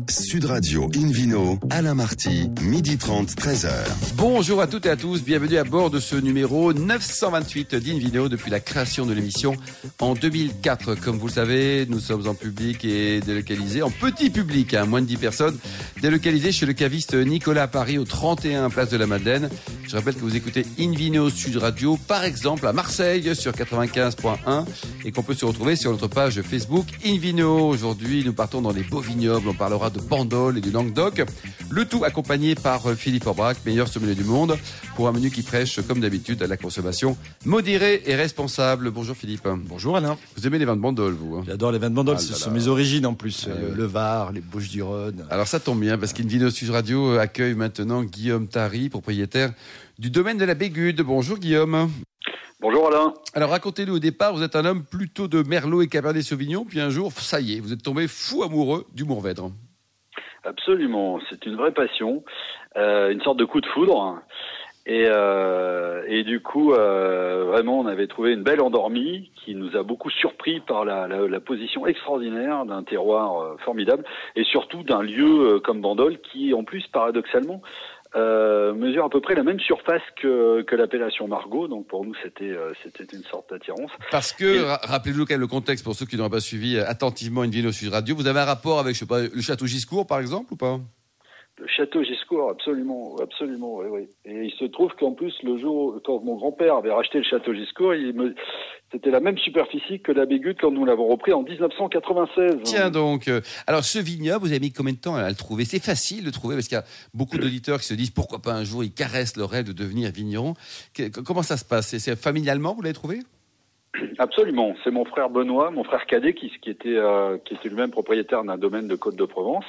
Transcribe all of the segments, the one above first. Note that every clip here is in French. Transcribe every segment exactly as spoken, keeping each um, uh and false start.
Sud Radio Invino, Alain Marty, midi trente, treize heures. Bonjour à toutes et à tous, bienvenue à bord de ce numéro neuf cent vingt-huit d'Invino depuis la création de l'émission en deux mille quatre. Comme vous le savez, nous sommes en public et délocalisés, en petit public, hein, moins de dix personnes, délocalisés chez le caviste Nicolas à Paris, au trente et un place de la Madeleine. Je rappelle que vous écoutez Invino Sud Radio, par exemple à Marseille sur quatre-vingt-quinze point un et qu'on peut se retrouver sur notre page Facebook Invino. Aujourd'hui, nous partons dans les beaux vignobles, on parlera de Bandol et du Languedoc. Le tout accompagné par Philippe Aubrac, meilleur sommelier du monde, pour un menu qui prêche, comme d'habitude, à la consommation modérée et responsable. Bonjour Philippe. Bonjour Alain. Vous aimez les vins de Bandol, vous hein? J'adore les vins de Bandol, ah, là, ce là, sont là. mes origines en plus. Ah, le, ouais. le Var, les Bouches-du-Rhône. Alors ça tombe bien, parce qu'Invino Sud Radio accueille maintenant Guillaume Tari, propriétaire du domaine de la Bégude. Bonjour Guillaume. Bonjour Alain. Alors racontez-nous, au départ, vous êtes un homme plutôt de Merlot et Cabernet Sauvignon, puis un jour, ça y est, vous êtes tombé fou amoureux du Mourvèdre. Absolument, c'est une vraie passion, euh, une sorte de coup de foudre. Et, euh, et du coup, euh, vraiment, on avait trouvé une belle endormie qui nous a beaucoup surpris par la, la, la position extraordinaire d'un terroir euh, formidable et surtout d'un lieu euh, comme Bandol qui, en plus, paradoxalement, Euh, mesure à peu près la même surface que, que l'appellation Margaux, donc pour nous c'était euh, c'était une sorte d'attirance. Parce que, Et... ra- rappelez-nous quand même le contexte pour ceux qui n'auraient pas suivi attentivement Invino Sud Radio, vous avez un rapport avec, je sais pas, le château Giscourt par exemple ou pas ? Le château Giscourt, absolument, absolument, oui, oui. Et il se trouve qu'en plus, le jour, quand mon grand-père avait racheté le château Giscourt, il me... c'était la même superficie que la Bégude quand nous l'avons repris en dix-neuf cent quatre-vingt-seize. Tiens donc, euh, alors ce vignoble, vous avez mis combien de temps à le trouver ? C'est facile de trouver parce qu'il y a beaucoup d'auditeurs qui se disent pourquoi pas un jour ils caressent le rêve de devenir vigneron. Que, comment ça se passe ? c'est, c'est familialement, vous l'avez trouvé ? Absolument, c'est mon frère Benoît, mon frère cadet qui, qui était euh, qui était lui-même propriétaire d'un domaine de Côte-de-Provence.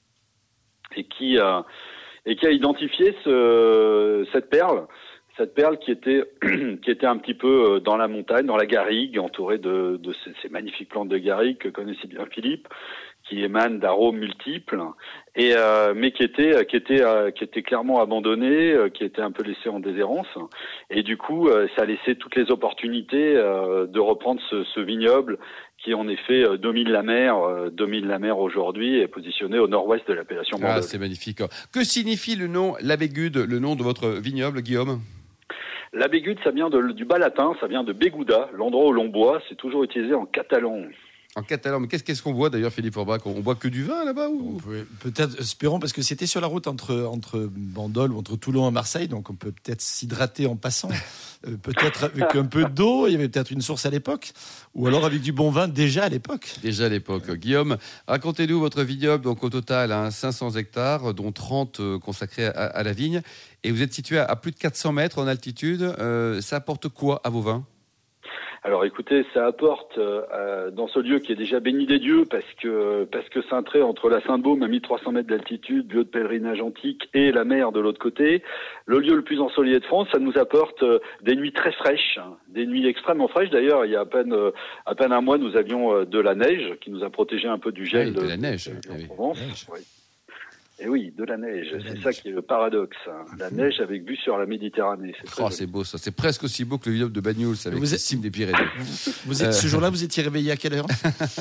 Et qui, a, et qui a identifié ce, cette perle, cette perle qui était, qui était un petit peu dans la montagne, dans la garrigue, entourée de, de ces, ces magnifiques plantes de garrigue que connaissait bien Philippe, qui émanent d'arômes multiples, et euh, mais qui était, qui était, euh, qui était clairement abandonnée, euh, qui était un peu laissée en déshérence, et du coup, euh, ça a laissé toutes les opportunités euh, de reprendre ce, ce vignoble qui en effet euh, domine la mer, euh, domine la mer aujourd'hui et est positionné au nord-ouest de l'appellation Bandol. Ah, c'est magnifique. Que signifie le nom La Bégude, le nom de votre vignoble, Guillaume ? La Bégude, ça vient de, du bas latin, ça vient de Béguda, l'endroit où l'on boit, c'est toujours utilisé en catalan. En catalan, mais qu'est-ce, qu'est-ce qu'on boit d'ailleurs, Philippe Aubrac ? On boit que du vin là-bas ou... peut, Peut-être, espérons, parce que c'était sur la route entre, entre Bandol ou entre Toulon et Marseille, donc on peut peut-être s'hydrater en passant. Euh, peut-être avec un peu d'eau, il y avait peut-être une source à l'époque, ou alors avec du bon vin déjà à l'époque. Déjà à l'époque. Guillaume, racontez-nous votre vignoble, donc au total hein, cinq cents hectares, dont trente euh, consacrés à, à la vigne, et vous êtes situé à, à plus de quatre cents mètres en altitude. Euh, ça apporte quoi à vos vins ? Alors écoutez, ça apporte euh, dans ce lieu qui est déjà béni des dieux parce que parce que cintré entre la Sainte-Baume à mille trois cents mètres d'altitude, lieu de pèlerinage antique, et la mer de l'autre côté, le lieu le plus ensoleillé de France, ça nous apporte euh, des nuits très fraîches, hein, des nuits extrêmement fraîches. D'ailleurs, il y a à peine euh, à peine un mois, nous avions euh, de la neige qui nous a protégé un peu du gel. Oui, de, de la neige. de, de, oui. en Provence. Neige. Oui. Et oui, de la neige, de la c'est neige. ça qui est le paradoxe. Hein. La neige avec vue sur la Méditerranée. C'est, très Oh, joli. c'est beau ça, c'est presque aussi beau que le vignoble de Banyuls avec Vous les êtes- cimes des Pyrénées. Vous êtes, Euh. Ce jour-là, vous étiez réveillé à quelle heure ?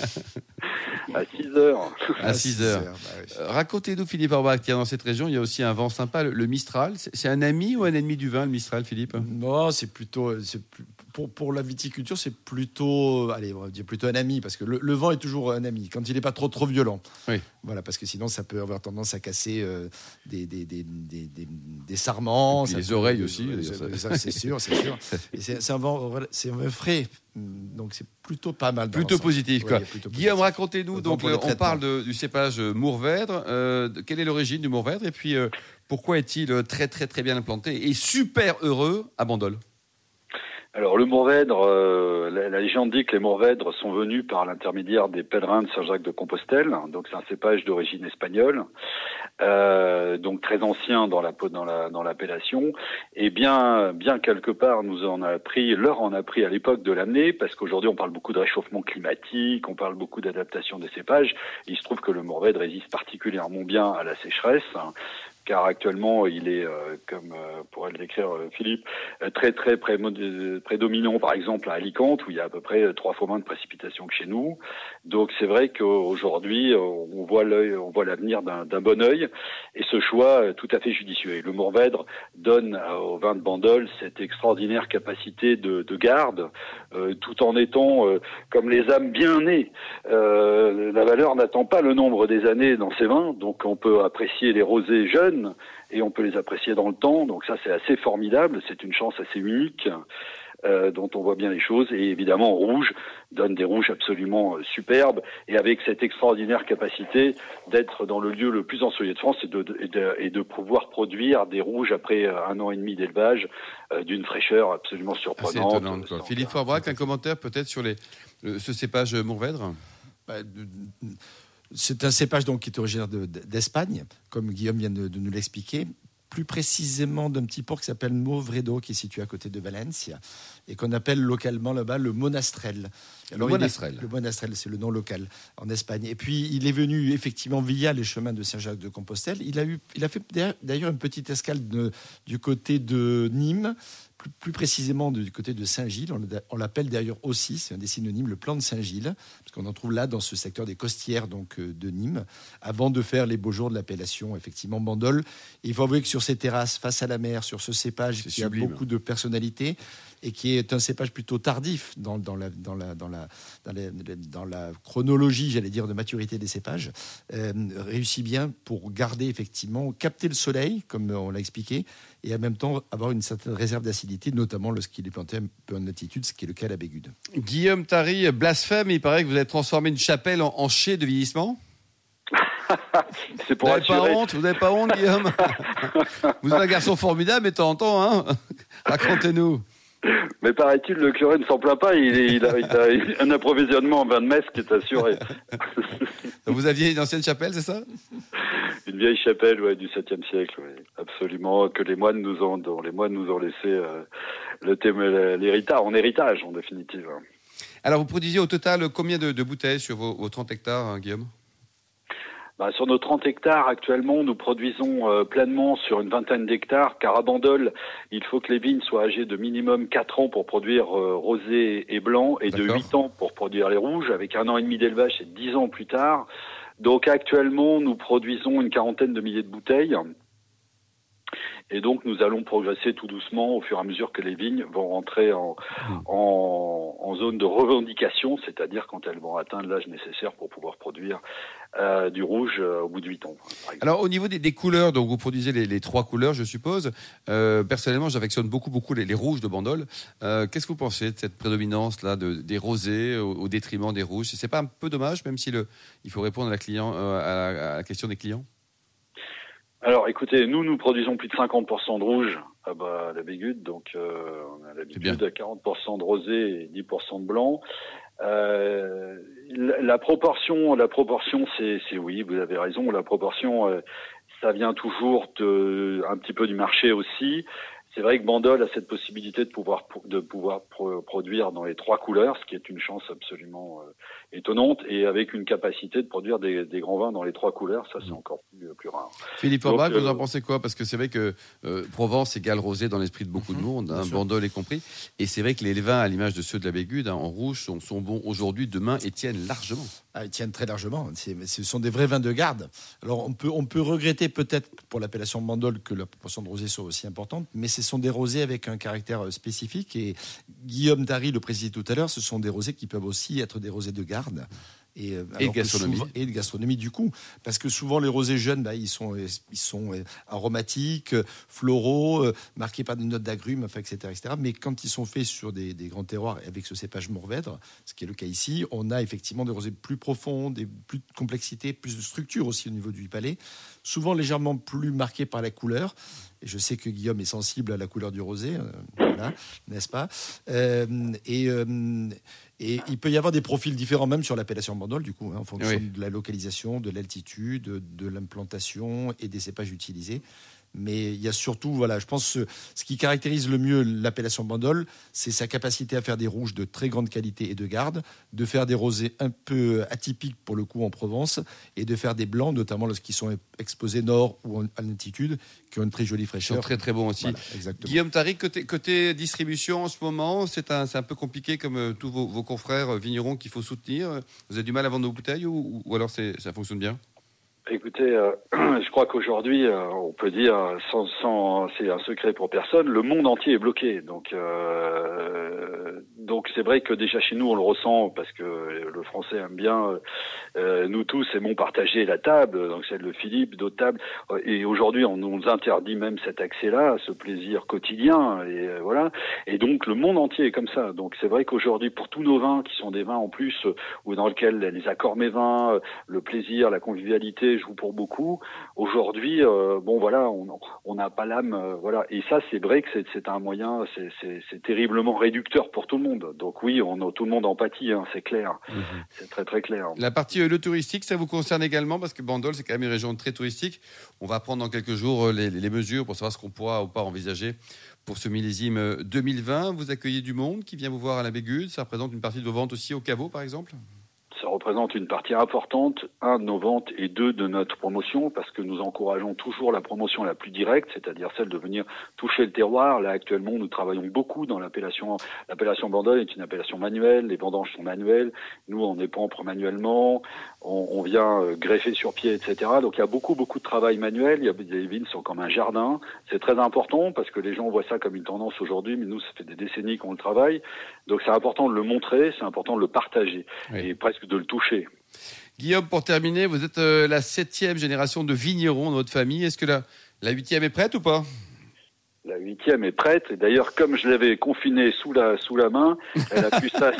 À six heures. À six heures. bah oui. Euh, Racontez-nous, Philippe Aubrac, tiens, dans cette région, il y a aussi un vent sympa, le, le Mistral. C'est, c'est un ami ou un ennemi du vin, le Mistral, Philippe ? Non, c'est plutôt, c'est plus, pour, pour la viticulture, c'est plutôt, allez, on va dire plutôt un ami, parce que le, le vent est toujours un ami, quand il n'est pas trop, trop violent. Oui. Voilà, parce que sinon, ça peut avoir tendance à casser euh, des, des, des, des, des, des sarments. Et puis ça les peut- oreilles aussi, euh, d'ailleurs, ça- ça. ça, c'est sûr, c'est sûr. Et c'est, c'est un vent, voilà, c'est un vin frais, donc c'est plutôt pas mal. dans Plutôt l'ensemble. positif, quoi. Oui, plutôt Guillaume, positif. racontez-nous, Le donc vent pour le euh, on traitement. parle de- du cépage Mourvèdre. Euh, de- quelle est l'origine du Mourvèdre et puis euh, pourquoi est-il euh, très très très bien implanté et super heureux à Bandol ? Alors le Mourvèdre, euh, la, la légende dit que les Mourvèdres sont venus par l'intermédiaire des pèlerins de Saint-Jacques de Compostelle, donc c'est un cépage d'origine espagnole, euh, donc très ancien dans la dans la dans l'appellation, et bien bien quelque part nous en a appris, leur en a pris à l'époque de l'amener, parce qu'aujourd'hui on parle beaucoup de réchauffement climatique, on parle beaucoup d'adaptation des cépages, et il se trouve que le Mourvèdre résiste particulièrement bien à la sécheresse, hein, car actuellement il est, euh, comme euh, pourrait le décrire euh, Philippe, euh, très très pré- prédominant par exemple à Alicante où il y a à peu près euh, trois fois moins de précipitations que chez nous. Donc c'est vrai qu'aujourd'hui euh, on voit l'œil, on voit l'avenir d'un, d'un bon œil et ce choix euh, tout à fait judicieux. Et le Mourvèdre donne euh, au vin de Bandol cette extraordinaire capacité de, de garde, euh, tout en étant euh, comme les âmes bien nées. Euh, la valeur n'attend pas le nombre des années dans ces vins, donc on peut apprécier les rosés jeunes et on peut les apprécier dans le temps, donc ça c'est assez formidable, c'est une chance assez unique euh, dont on voit bien les choses, et évidemment rouge donne des rouges absolument euh, superbes, et avec cette extraordinaire capacité d'être dans le lieu le plus ensoleillé de France et de, de, et de, et de pouvoir produire des rouges après un an et demi d'élevage euh, d'une fraîcheur absolument surprenante. C'est étonnant, quoi. Philippe Forbrac, un commentaire peut-être sur les, le, ce cépage Mourvèdre. Bah, de, de, C'est un cépage donc, qui est originaire de, d'Espagne, comme Guillaume vient de, de nous l'expliquer, plus précisément d'un petit port qui s'appelle Mourvèdre, qui est situé à côté de Valencia, et qu'on appelle localement là-bas le Monastrell. Alors, le Monastrell. Est, le Monastrell, c'est le nom local en Espagne. Et puis, il est venu effectivement via les chemins de Saint-Jacques-de-Compostelle. Il a, eu, il a fait d'ailleurs une petite escale de, du côté de Nîmes, plus, plus précisément du côté de Saint-Gilles. On, on l'appelle d'ailleurs aussi, c'est un des synonymes, le plan de Saint-Gilles, parce qu'on en trouve là dans ce secteur des Costières donc, de Nîmes, avant de faire les beaux jours de l'appellation, effectivement, Bandol. Et il faut avouer que sur ces terrasses, face à la mer, sur ce cépage qui sublime. A beaucoup de personnalité, et qui est un cépage plutôt tardif dans, dans, la, dans, la, dans, la, dans, la, dans la chronologie, j'allais dire, de maturité des cépages, euh, réussit bien pour garder effectivement, capter le soleil, comme on l'a expliqué, et en même temps avoir une certaine réserve d'acidité, notamment lorsqu'il est planté un peu en altitude, ce qui est le cas à la Bégude. Guillaume Tary, blasphème, il paraît que vous avez transformé une chapelle en, en chai de vieillissement. C'est pour vous n'avez assurer. pas honte, vous n'avez pas honte, Guillaume. Vous êtes un garçon formidable, mais de temps en temps, hein. Racontez-nous. Mais paraît-il, le curé ne s'en plaint pas, il, est, il, a, il a un approvisionnement en vin de messe qui est assuré. Vous aviez une ancienne chapelle, c'est ça? Une vieille chapelle, ouais, du septième siècle, ouais, absolument, que les moines nous ont, dont les moines nous ont laissé euh, le thème, l'héritage, en héritage, en définitive. Alors, vous produisiez au total combien de, de bouteilles sur vos, vos trente hectares, hein, Guillaume? Bah, sur nos trente hectares, actuellement, nous produisons euh, pleinement sur une vingtaine d'hectares, car à Bandol, il faut que les vignes soient âgées de minimum quatre ans pour produire euh, rosé et blanc, et D'accord. de huit ans pour produire les rouges, avec un an et demi d'élevage, c'est dix ans plus tard. Donc actuellement, nous produisons une quarantaine de milliers de bouteilles. Et donc, nous allons progresser tout doucement au fur et à mesure que les vignes vont rentrer en, en, en zone de revendication, c'est-à-dire quand elles vont atteindre l'âge nécessaire pour pouvoir produire euh, du rouge euh, au bout de huit ans. Alors, au niveau des, des couleurs, donc vous produisez les, les trois couleurs, je suppose. Euh, personnellement, j'affectionne beaucoup, beaucoup les, les rouges de Bandol. Euh, qu'est-ce que vous pensez de cette prédominance-là de, des rosés au, au détriment des rouges? C'est pas un peu dommage, même si le, il faut répondre à la, client, euh, à, la, à la question des clients? Alors, écoutez, nous, nous produisons plus de cinquante pour cent de rouge à, bah, à la Bégude, donc euh, on a l'habitude à quarante pour cent de rosé et dix pour cent de blanc. Euh, la, la proportion, la proportion, c'est, c'est oui, vous avez raison, la proportion, euh, ça vient toujours de, un petit peu du marché aussi. C'est vrai que Bandol a cette possibilité de pouvoir de pouvoir pro- produire dans les trois couleurs, ce qui est une chance absolument euh, étonnante, et avec une capacité de produire des, des grands vins dans les trois couleurs, ça c'est encore plus, plus rare. Philippe Forbrac, vous en pensez quoi? Parce que c'est vrai que euh, Provence égale rosé dans l'esprit de beaucoup mmh, de monde, hein, Bandol y compris, et c'est vrai que les vins, à l'image de ceux de la Bégude, hein, en rouge, sont, sont bons aujourd'hui, demain, et tiennent largement. Ah, ils tiennent très largement. C'est, ce sont des vrais vins de garde. Alors on peut, on peut regretter peut-être pour l'appellation Bandol que la proportion de rosé soit aussi importante, mais ce sont des rosés avec un caractère spécifique. Et Guillaume Tary le précisait tout à l'heure, ce sont des rosés qui peuvent aussi être des rosés de garde. Et, euh, et, gastronomie. Souvent, et de gastronomie du coup, parce que souvent les rosés jeunes, bah, ils sont, ils sont aromatiques, floraux, euh, marqués par des notes d'agrumes, enfin, et cetera, et cetera. Mais quand ils sont faits sur des, des grands terroirs avec ce cépage Mourvèdre, ce qui est le cas ici, on a effectivement des rosés plus profonds, des, plus de complexité, plus de structure aussi au niveau du palais, souvent légèrement plus marqués par la couleur. Et je sais que Guillaume est sensible à la couleur du rosé, euh, voilà, n'est-ce pas? euh, et, euh, et il peut y avoir des profils différents même sur l'appellation Bandol, du coup, hein, en fonction oui. de la localisation, de l'altitude, de l'implantation et des cépages utilisés. Mais il y a surtout, voilà, je pense, ce, ce qui caractérise le mieux l'appellation Bandol, c'est sa capacité à faire des rouges de très grande qualité et de garde, de faire des rosés un peu atypiques pour le coup en Provence, et de faire des blancs, notamment lorsqu'ils sont exposés nord ou en altitude, qui ont une très jolie fraîcheur. Ils sont très très bons aussi. Voilà, exactement. Guillaume Taric, côté, côté distribution en ce moment, c'est un, c'est un peu compliqué comme euh, tous vos, vos confrères vignerons qu'il faut soutenir. Vous avez du mal à vendre vos bouteilles ou, ou alors c'est, ça fonctionne bien? Écoutez, euh, je crois qu'aujourd'hui, euh, on peut dire, sans, sans, c'est un secret pour personne, le monde entier est bloqué. Donc, euh, donc c'est vrai que déjà chez nous, on le ressent parce que le français aime bien. Euh, nous tous aimons partager la table, donc celle de Philippe, d'autres tables. Et aujourd'hui, on nous interdit même cet accès-là, ce plaisir quotidien. Et euh, voilà. Et donc, le monde entier est comme ça. Donc, c'est vrai qu'aujourd'hui, pour tous nos vins, qui sont des vins en plus, euh, ou dans lesquels les accords mévins, euh, le plaisir, la convivialité joue pour beaucoup. Aujourd'hui, euh, bon voilà, on n'a pas l'âme, euh, voilà. Et ça, c'est vrai que c'est, c'est un moyen, c'est, c'est, c'est terriblement réducteur pour tout le monde. Donc oui, on a tout le monde en pâtit, hein, c'est clair, mmh. C'est très très clair. La partie euh, le touristique, ça vous concerne également parce que Bandol, c'est quand même une région très touristique. On va prendre dans quelques jours euh, les, les mesures pour savoir ce qu'on pourra ou pas envisager pour ce millésime deux mille vingt. Vous accueillez du monde qui vient vous voir à la Bégude. Ça représente une partie de vos ventes aussi au caveau, par exemple? Ça représente une partie importante, un, de nos ventes et deux, de notre promotion, parce que nous encourageons toujours la promotion la plus directe, c'est-à-dire celle de venir toucher le terroir. Là, actuellement, nous travaillons beaucoup dans l'appellation. L'appellation Bandol est une appellation manuelle, les vendanges sont manuelles. Nous, on épampe manuellement, on, on vient greffer sur pied, et cetera. Donc, il y a beaucoup, beaucoup de travail manuel. Il y a, les vignes sont comme un jardin. C'est très important parce que les gens voient ça comme une tendance aujourd'hui, mais nous, ça fait des décennies qu'on le travaille. Donc, c'est important de le montrer, c'est important de le partager. Oui. Et presque de le toucher. Guillaume, pour terminer, vous êtes euh, la septième génération de vignerons dans votre famille. Est-ce que la, la huitième est prête ou pas? La huitième est prête. Et d'ailleurs, comme je l'avais confinée sous la, sous la main, elle a pu ça,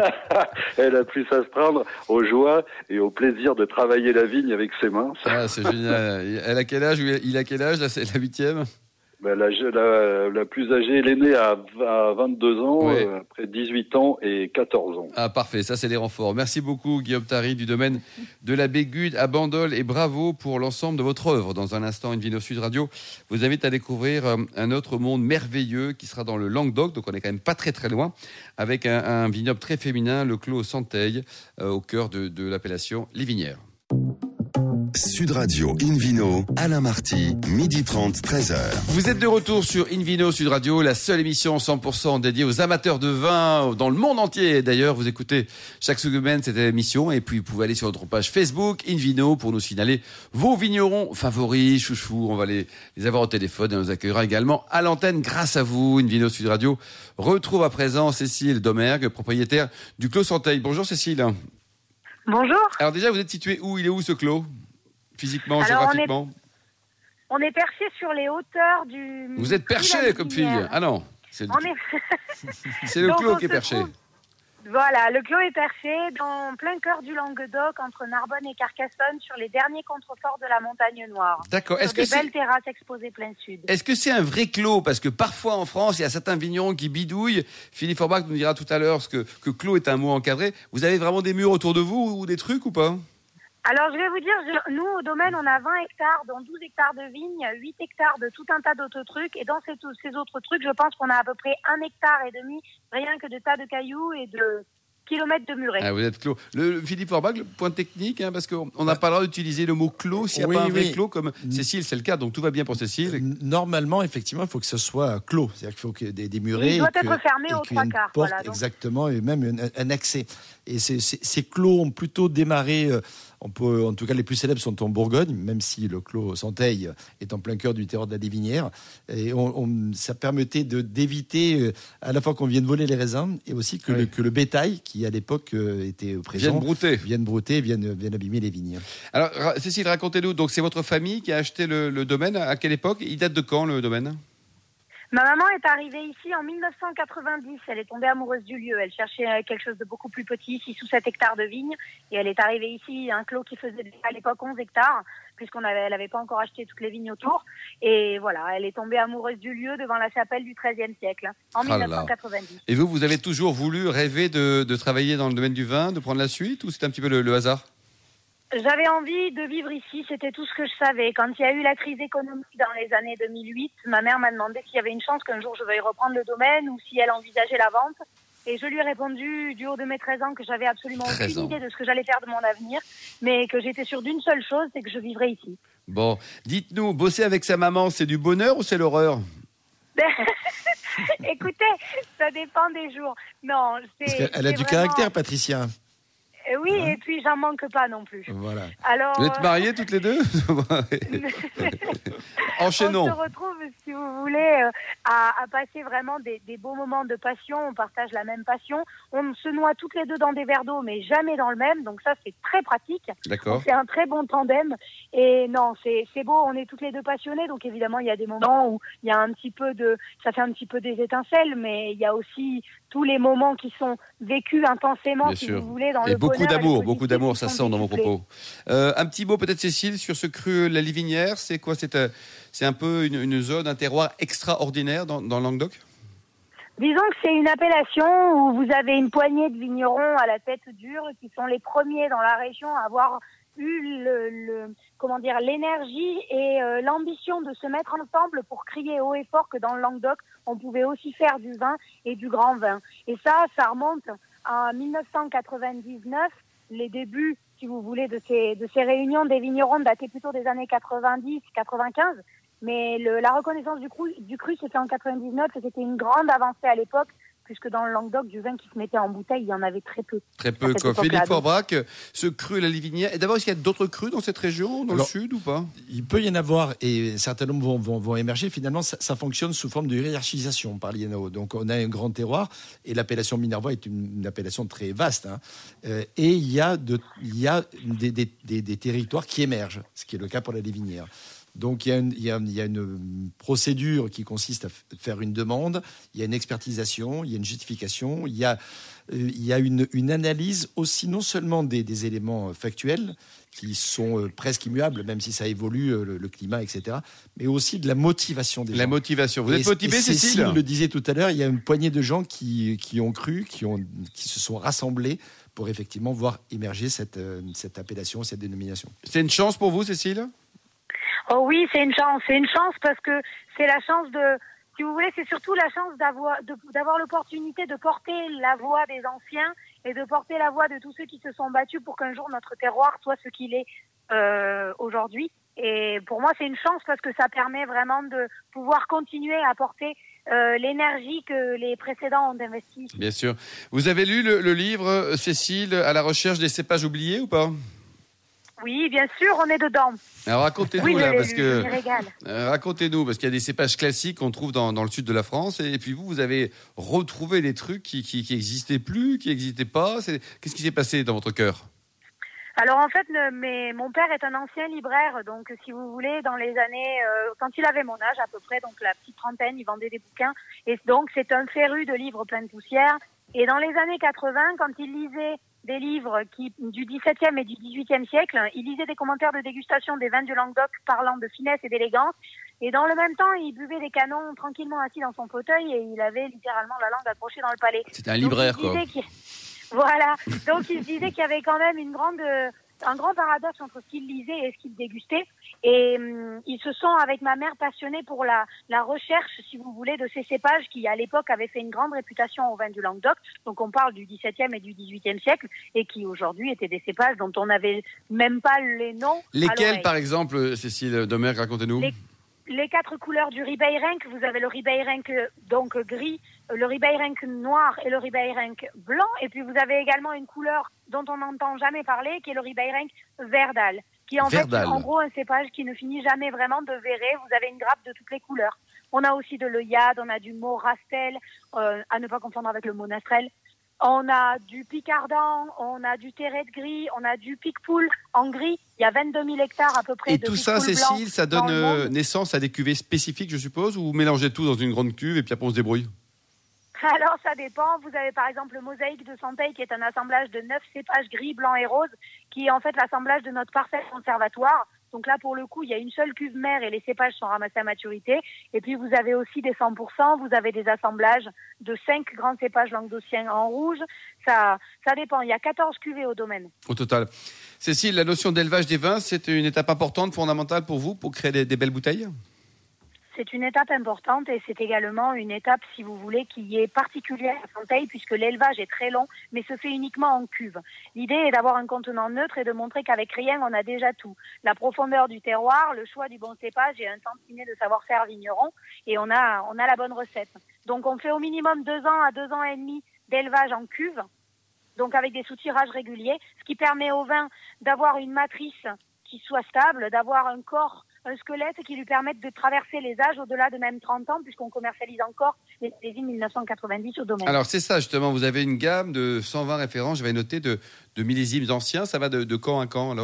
elle a pu s'astreindre aux joies et au plaisir de travailler la vigne avec ses mains. Ah, c'est génial. Elle a quel âge? Il a quel âge, la, la huitième? Ben, la, la, la plus âgée, l'aînée a, a vingt-deux ans, oui. euh, après dix-huit ans et quatorze ans. Ah, parfait, ça c'est les renforts. Merci beaucoup Guillaume Taric du domaine de la Bégude à Bandol et bravo pour l'ensemble de votre œuvre. Dans un instant, Invino Sud Radio vous invite à découvrir un autre monde merveilleux qui sera dans le Languedoc, donc on est quand même pas très très loin, avec un, un vignoble très féminin, le Clos Santeil, euh, au cœur de, de l'appellation Livinière. Sud Radio Invino, Alain Marty, midi trente, treize heures. Vous êtes de retour sur Invino Sud Radio, la seule émission cent pour cent dédiée aux amateurs de vin dans le monde entier. D'ailleurs, vous écoutez chaque semaine cette émission et puis vous pouvez aller sur notre page Facebook Invino pour nous signaler vos vignerons favoris, chouchous. On va les, les avoir au téléphone et on nous accueillera également à l'antenne grâce à vous. Invino Sud Radio retrouve à présent Cécile Domergue, propriétaire du Clos Santeil. Bonjour Cécile. Bonjour. Alors déjà, vous êtes situé où? Il est où ce clos? Physiquement, Alors, géographiquement on est, on est perché sur les hauteurs du... Vous êtes perché comme fille? Ah non, c'est le, est... c'est le Donc, clos qui est perché. Trouve... Voilà, le clos est perché dans plein cœur du Languedoc, entre Narbonne et Carcassonne, sur les derniers contreforts de la Montagne Noire. D'accord. Sur Est-ce des que belles c'est... terrasses exposées plein sud. Est-ce que c'est un vrai clos? Parce que parfois en France, il y a certains vignerons qui bidouillent. Philippe Forbach nous dira tout à l'heure que, que clos est un mot encadré. Vous avez vraiment des murs autour de vous ou des trucs ou pas? Alors, je vais vous dire, je, nous, au domaine, on a vingt hectares, dont douze hectares de vignes, huit hectares de tout un tas d'autres trucs. Et dans ces, ces autres trucs, je pense qu'on a à peu près un hectare et demi, rien que de tas de cailloux et de kilomètres de murets. Ah, vous êtes clos. Le, le Philippe Forbach, le point technique, hein, parce qu'on n'a pas le droit d'utiliser le mot clos s'il n'y a oui, pas un vrai oui. clos, comme Cécile, c'est le cas, donc tout va bien pour Cécile. Normalement, effectivement, il faut que ce soit clos. C'est-à-dire qu'il faut qu'il y ait des, des murets. Il doit que, être fermé aux trois quarts. Porte, voilà, donc... Exactement, et même un, un accès. Et ces, ces, ces clos ont plutôt démarré... Euh, On peut, en tout cas, les plus célèbres sont en Bourgogne, même si le Clos Santeil est en plein cœur du terroir de la Livinière. Et on, on, ça permettait de, d'éviter à la fois qu'on vienne voler les raisins et aussi que, oui. le, que le bétail, qui à l'époque était présent, vienne brouter, vienne, brouter, vienne, vienne abîmer les vignes. Alors, Cécile, racontez-nous. Donc, c'est votre famille qui a acheté le, le domaine. À quelle époque? Il date de quand le domaine? Ma maman est arrivée ici en mille neuf cent quatre-vingt-dix. Elle est tombée amoureuse du lieu. Elle cherchait quelque chose de beaucoup plus petit, six ou sept hectares de vignes. Et elle est arrivée ici, un clos qui faisait à l'époque onze hectares, puisqu'on avait, elle n'avait pas encore acheté toutes les vignes autour. Et voilà, elle est tombée amoureuse du lieu devant la chapelle du treizième siècle, en ah mille neuf cent quatre-vingt-dix. Et vous, vous avez toujours voulu rêver de, de travailler dans le domaine du vin, de prendre la suite, ou c'est un petit peu le, le hasard? J'avais envie de vivre ici, c'était tout ce que je savais. Quand il y a eu la crise économique dans les années deux mille huit, ma mère m'a demandé s'il y avait une chance qu'un jour je veuille reprendre le domaine ou si elle envisageait la vente. Et je lui ai répondu du haut de mes treize ans que j'avais absolument aucune idée de ce que j'allais faire de mon avenir, mais que j'étais sûre d'une seule chose, c'est que je vivrais ici. Bon, dites-nous, bosser avec sa maman, c'est du bonheur ou c'est l'horreur ? Écoutez, ça dépend des jours. Non, c'est, Parce qu'elle a c'est du vraiment... caractère, Patricia. Euh, Oui, ouais. Et puis j'en manque pas non plus. Voilà. Alors, vous êtes mariées toutes les deux ? Enchaînons. On se retrouve, si vous voulez, euh, à, à passer vraiment des, des beaux moments de passion. On partage la même passion. On se noie toutes les deux dans des verres d'eau, mais jamais dans le même. Donc ça, c'est très pratique. D'accord. Donc, c'est un très bon tandem. Et non, c'est, c'est beau. On est toutes les deux passionnées. Donc évidemment, il y a des moments où il y a un petit peu de, ça fait un petit peu des étincelles, mais il y a aussi tous les moments qui sont vécus intensément, Bien si sûr. vous voulez, dans et le beaucoup bonheur d'amour, et beaucoup d'amour, ça qui sent sont dans vos décuplés. propos. Euh, un petit mot peut-être, Cécile, sur ce cru La Livinière. C'est quoi ? C'est, euh, c'est un peu une, une zone, un terroir extraordinaire dans, dans le Languedoc ? Disons que c'est une appellation où vous avez une poignée de vignerons à la tête dure qui sont les premiers dans la région à avoir eu le, le comment dire l'énergie et euh, l'ambition de se mettre ensemble pour crier haut et fort que dans le Languedoc on pouvait aussi faire du vin et du grand vin. Et ça, ça remonte à dix-neuf cent quatre-vingt-dix-neuf, les débuts, si vous voulez, de ces de ces réunions des vignerons dataient plutôt des années quatre-vingt-dix quatre-vingt-quinze. Mais le, la reconnaissance du cru, du cru, c'était en quatre-vingt-dix-neuf et c'était une grande avancée à l'époque, puisque dans le Languedoc, du vin qui se mettait en bouteille, il y en avait très peu. Très peu, quoi. Philippe Forbrac, ce cru La Livinière. Et d'abord, est-ce qu'il y a d'autres crus dans cette région, dans Alors, le sud ou pas ? Il peut y en avoir et certains nombres vont, vont, vont émerger. Finalement, ça, ça fonctionne sous forme de hiérarchisation par l'I N A O. Donc, on a un grand terroir et l'appellation Minervois est une, une appellation très vaste. Hein. Euh, et il y a, de, il y a des, des, des, des territoires qui émergent, ce qui est le cas pour La Livinière. Donc il y, a une, il, y a, il y a une procédure qui consiste à faire une demande, il y a une expertisation, il y a une justification, il y a, euh, il y a une, une analyse aussi non seulement des, des éléments factuels qui sont euh, presque immuables, même si ça évolue, euh, le, le climat, et cetera, mais aussi de la motivation des la gens. La motivation. Vous êtes motivé, Cécile ? Cécile le disait tout à l'heure, il y a une poignée de gens qui, qui ont cru, qui, ont, qui se sont rassemblés pour effectivement voir émerger cette, euh, cette appellation, cette dénomination. C'est une chance pour vous, Cécile ? Oh oui, c'est une chance. C'est une chance parce que c'est la chance de, si vous voulez, c'est surtout la chance d'avoir, de, d'avoir l'opportunité de porter la voix des anciens et de porter la voix de tous ceux qui se sont battus pour qu'un jour notre terroir soit ce qu'il est euh, aujourd'hui. Et pour moi, c'est une chance parce que ça permet vraiment de pouvoir continuer à porter euh, l'énergie que les précédents ont investie. Bien sûr. Vous avez lu le, le livre, Cécile, À la recherche des cépages oubliés ou pas ? Oui, bien sûr, on est dedans. Alors racontez-nous oui, là, je, parce je, que je euh, racontez-nous parce qu'il y a des cépages classiques qu'on trouve dans, dans le sud de la France et, et puis vous, vous avez retrouvé des trucs qui qui, qui existaient plus, qui n'existaient pas. C'est... Qu'est-ce qui s'est passé dans votre cœur ? Alors en fait, le, mais, mon père est un ancien libraire, donc si vous voulez, dans les années, euh, quand il avait mon âge à peu près, donc la petite trentaine, il vendait des bouquins, et donc c'est un féru de livres pleins de poussière. Et dans les années quatre-vingts, quand il lisait des livres qui, du dix-septième et du dix-huitième siècle, il lisait des commentaires de dégustation des vins du Languedoc parlant de finesse et d'élégance, et dans le même temps, il buvait des canons tranquillement assis dans son fauteuil, et il avait littéralement la langue accrochée dans le palais. C'était un libraire, donc, quoi. Voilà, donc il se disait qu'il y avait quand même une grande, un grand paradoxe entre ce qu'il lisait et ce qu'il dégustait. Et hum, ils se sont, avec ma mère, passionnés pour la, la recherche, si vous voulez, de ces cépages qui, à l'époque, avaient fait une grande réputation au vin du Languedoc. Donc on parle du dix-septième et du dix-huitième siècle, et qui aujourd'hui étaient des cépages dont on n'avait même pas les noms. Lesquels, par exemple, Cécile Domergue, racontez-nous. Les... Les quatre couleurs du Ribeirenc, vous avez le Ribeirenc donc gris, le Ribeirenc noir et le Ribeirenc blanc, et puis vous avez également une couleur dont on n'entend jamais parler, qui est le Ribeirenc Verdal, qui est en Verdal. fait en gros un cépage qui ne finit jamais vraiment de verrer. Vous avez une grappe de toutes les couleurs. On a aussi de l'œillade, on a du Morastel, euh, à ne pas confondre avec le Monastrel. On a du Picardant, on a du Terret de gris, on a du Picpoul en gris. Il y a vingt-deux mille hectares à peu près et de tout ça, Cécile, ça donne euh, naissance à des cuvées spécifiques, je suppose, ou vous mélangez tout dans une grande cuve et puis après on se débrouille ? Alors, ça dépend. Vous avez par exemple le Mosaïque de Santeil, qui est un assemblage de neuf cépages gris, blancs et roses, qui est en fait l'assemblage de notre parfait conservatoire. Donc là, pour le coup, il y a une seule cuve mère et les cépages sont ramassés à maturité. Et puis, vous avez aussi des cent pour cent. Vous avez des assemblages de cinq grands cépages languedociens en rouge. Ça, ça dépend. Il y a quatorze cuvées au domaine. Au total. Cécile, la notion d'élevage des vins, c'est une étape importante, fondamentale pour vous, pour créer des, des belles bouteilles ? C'est une étape importante et c'est également une étape, si vous voulez, qui est particulière à Fonteille puisque l'élevage est très long, mais se fait uniquement en cuve. L'idée est d'avoir un contenant neutre et de montrer qu'avec rien, on a déjà tout. La profondeur du terroir, le choix du bon cépage et un tantinet de savoir-faire vigneron et on a, on a la bonne recette. Donc on fait au minimum deux ans à deux ans et demi d'élevage en cuve, donc avec des soutirages réguliers, ce qui permet au vin d'avoir une matrice qui soit stable, d'avoir un corps, un squelette qui lui permette de traverser les âges au-delà de même trente ans, puisqu'on commercialise encore les millésimes mille neuf cent quatre-vingt-dix au domaine. Alors c'est ça justement, vous avez une gamme de cent vingt références, j'avais noté, de, de millésimes anciens, ça va de, de quand à quand alors ?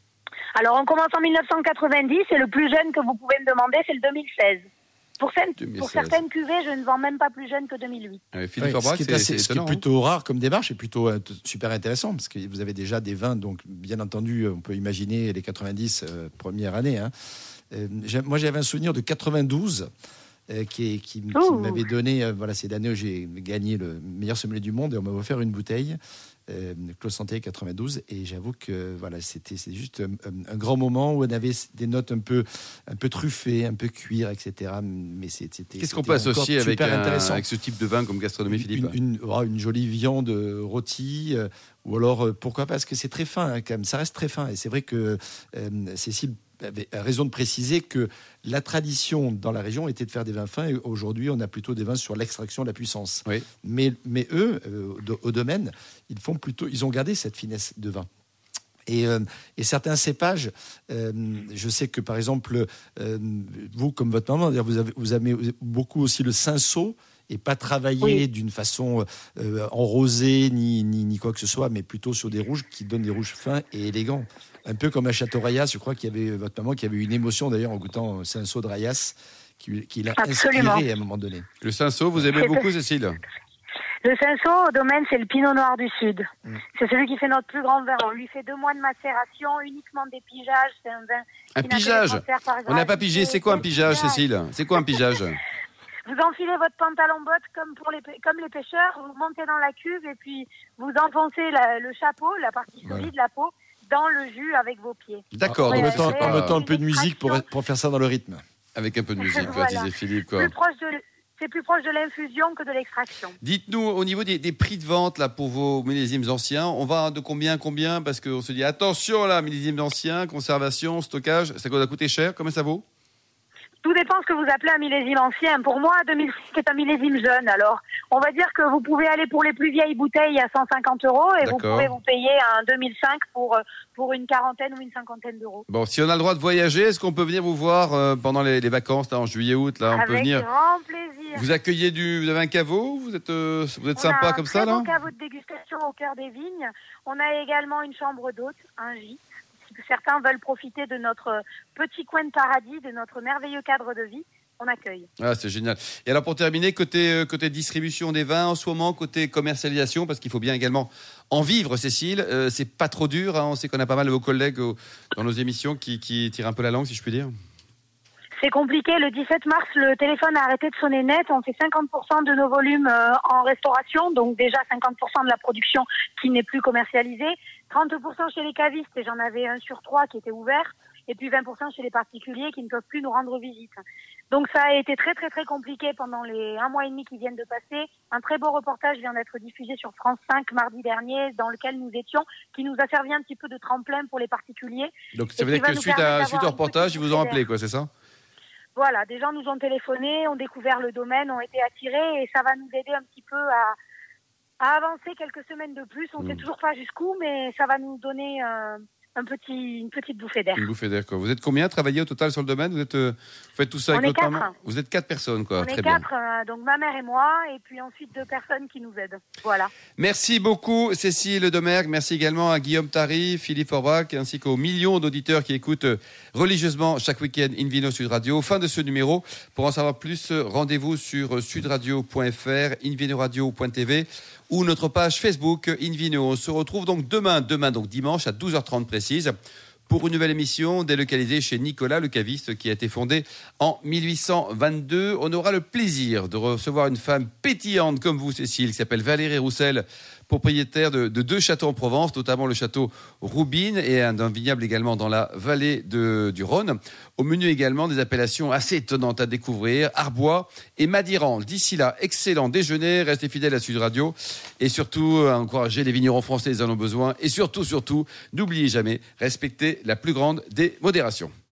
Alors on commence en mille neuf cent quatre-vingt-dix et le plus jeune que vous pouvez me demander, c'est le deux mille seize. Pour, certaines, pour certaines cuvées, je ne vends même pas plus jeune que deux mille huit. Ouais, Philippe Ouais, Forbach, ce qui est, c'est, assez, c'est ce qui étonnant, est plutôt rare comme démarche et plutôt euh, t- super intéressant parce que vous avez déjà des vins, donc bien entendu, on peut imaginer les quatre-vingt-dix euh, première année. Hein. Euh, moi, j'avais un souvenir de quatre-vingt-douze euh, qui, qui, qui m'avait donné, euh, voilà, c'est l'année où j'ai gagné le meilleur sommelier du monde et on m'a offert une bouteille. Euh, Clos Santé quatre-vingt-douze et j'avoue que voilà c'était c'est juste un, un grand moment où on avait des notes un peu un peu truffées, un peu cuir, etc. Mais c'était Qu'est-ce c'était qu'on peut associer avec, super un, intéressant. avec ce type de vin comme gastronomie, Philippe ? Une, une, oh, une jolie viande rôtie euh, ou alors euh, pourquoi pas, parce que c'est très fin hein, quand même, ça reste très fin et c'est vrai que euh, Cécile avait raison de préciser que la tradition dans la région était de faire des vins fins et aujourd'hui on a plutôt des vins sur l'extraction de la puissance. Oui. Mais, mais eux, euh, au domaine, ils font plutôt, ils ont gardé cette finesse de vin. Et, euh, et certains cépages, euh, je sais que par exemple, euh, vous comme votre maman, vous avez, vous avez beaucoup aussi le cinsault et pas travaillé oui. d'une façon euh, en rosé ni, ni, ni quoi que ce soit, mais plutôt sur des rouges qui donnent des rouges fins et élégants. Un peu comme à Château-Rayas, je crois qu'il y avait votre maman qui avait eu une émotion d'ailleurs en goûtant Cinsault de Rayas, qui, qui l'a Absolument. inspiré à un moment donné. Le Cinsault, vous aimez beaucoup, Cécile ? Le Cinsault, au domaine, c'est le Pinot Noir du Sud. Mmh. C'est celui qui fait notre plus grand vin. On lui fait deux mois de macération, uniquement des pigeages. C'est un vin. Un pigeage ? On n'a pas pigé. C'est quoi un pigeage, Cécile ? C'est quoi un pigeage ? Vous enfilez votre pantalon botte comme pour les comme les pêcheurs. Vous montez dans la cuve et puis vous enfoncez la, le chapeau, la partie solide, voilà. la peau, dans le jus avec vos pieds. D'accord. En mettant un, un peu de musique pour, pour faire ça dans le rythme. Avec un peu de musique, voilà. quoi, disait Philippe. Quoi. Plus proche de, c'est plus proche de l'infusion que de l'extraction. Dites-nous, au niveau des, des prix de vente là, pour vos millésimes anciens, on va de combien combien ? Parce qu'on se dit, attention là, millésimes anciens, conservation, stockage, ça va coûter cher. Combien ça vaut ? Tout dépend ce que vous appelez un millésime ancien. Pour moi, deux mille six, c'est un millésime jeune. Alors, on va dire que vous pouvez aller pour les plus vieilles bouteilles à cent cinquante euros et D'accord. vous pouvez vous payer un deux mille cinq pour, pour une quarantaine ou une cinquantaine d'euros. Bon, si on a le droit de voyager, est-ce qu'on peut venir vous voir euh, pendant les, les vacances, là, en juillet, août, là, on Avec peut venir. Avec grand plaisir. Vous accueillez du, vous avez un caveau, vous êtes, euh, vous êtes on sympa comme ça, là. On a un très beau caveau de dégustation au cœur des vignes. On a également une chambre d'hôte, un gîte. Certains veulent profiter de notre petit coin de paradis, de notre merveilleux cadre de vie. On accueille. Ah, c'est génial. Et alors pour terminer, côté, côté distribution des vins en ce moment, côté commercialisation, parce qu'il faut bien également en vivre, Cécile, euh, c'est pas trop dur. Hein, on sait qu'on a pas mal de vos collègues au, dans nos émissions qui, qui tirent un peu la langue, si je puis dire. C'est compliqué. Le dix-sept mars, le téléphone a arrêté de sonner net. On fait cinquante pour cent de nos volumes euh, en restauration, donc déjà cinquante pour cent de la production qui n'est plus commercialisée. trente pour cent chez les cavistes, et j'en avais un sur trois qui était ouvert. Et puis vingt pour cent chez les particuliers qui ne peuvent plus nous rendre visite. Donc ça a été très très très compliqué pendant les un mois et demi qui viennent de passer. Un très beau reportage vient d'être diffusé sur France cinq mardi dernier dans lequel nous étions, qui nous a servi un petit peu de tremplin pour les particuliers. Donc ça veut dire que suite, à, suite au reportage, ils vous ont appelé, quoi, c'est ça ? Voilà, des gens nous ont téléphoné, ont découvert le domaine, ont été attirés et ça va nous aider un petit peu à, à avancer quelques semaines de plus. On ne mmh. sait toujours pas jusqu'où, mais ça va nous donner... Euh, Un petit, une petite bouffée d'air. Une bouffée d'air, quoi. Vous êtes combien à travailler au total sur le domaine ? Vous êtes, euh, vous faites tout ça avec On votre est maman ? Vous êtes quatre personnes, quoi. On Très est bien. quatre, euh, donc ma mère et moi, et puis ensuite deux personnes qui nous aident. Voilà. Merci beaucoup, Cécile Domergue. Merci également à Guillaume Tari, Philippe Forbach, ainsi qu'aux millions d'auditeurs qui écoutent religieusement chaque week-end Invino Sud Radio. Fin de ce numéro. Pour en savoir plus, rendez-vous sur sudradio point f r, invinoradio point t v ou notre page Facebook Invino. On se retrouve donc demain, demain donc dimanche à douze heures trente précise, pour une nouvelle émission délocalisée chez Nicolas le caviste qui a été fondé en mille huit cent vingt-deux. On aura le plaisir de recevoir une femme pétillante comme vous, Cécile, qui s'appelle Valérie Roussel, propriétaire de, de deux châteaux en Provence, notamment le château Roubine et un, d'un vignoble également dans la vallée de, du Rhône. Au menu également des appellations assez étonnantes à découvrir, Arbois et Madiran. D'ici là, excellent déjeuner, restez fidèles à Sud Radio et surtout encouragez les vignerons français, ils en ont besoin et surtout, surtout, n'oubliez jamais, respectez la plus grande des modérations.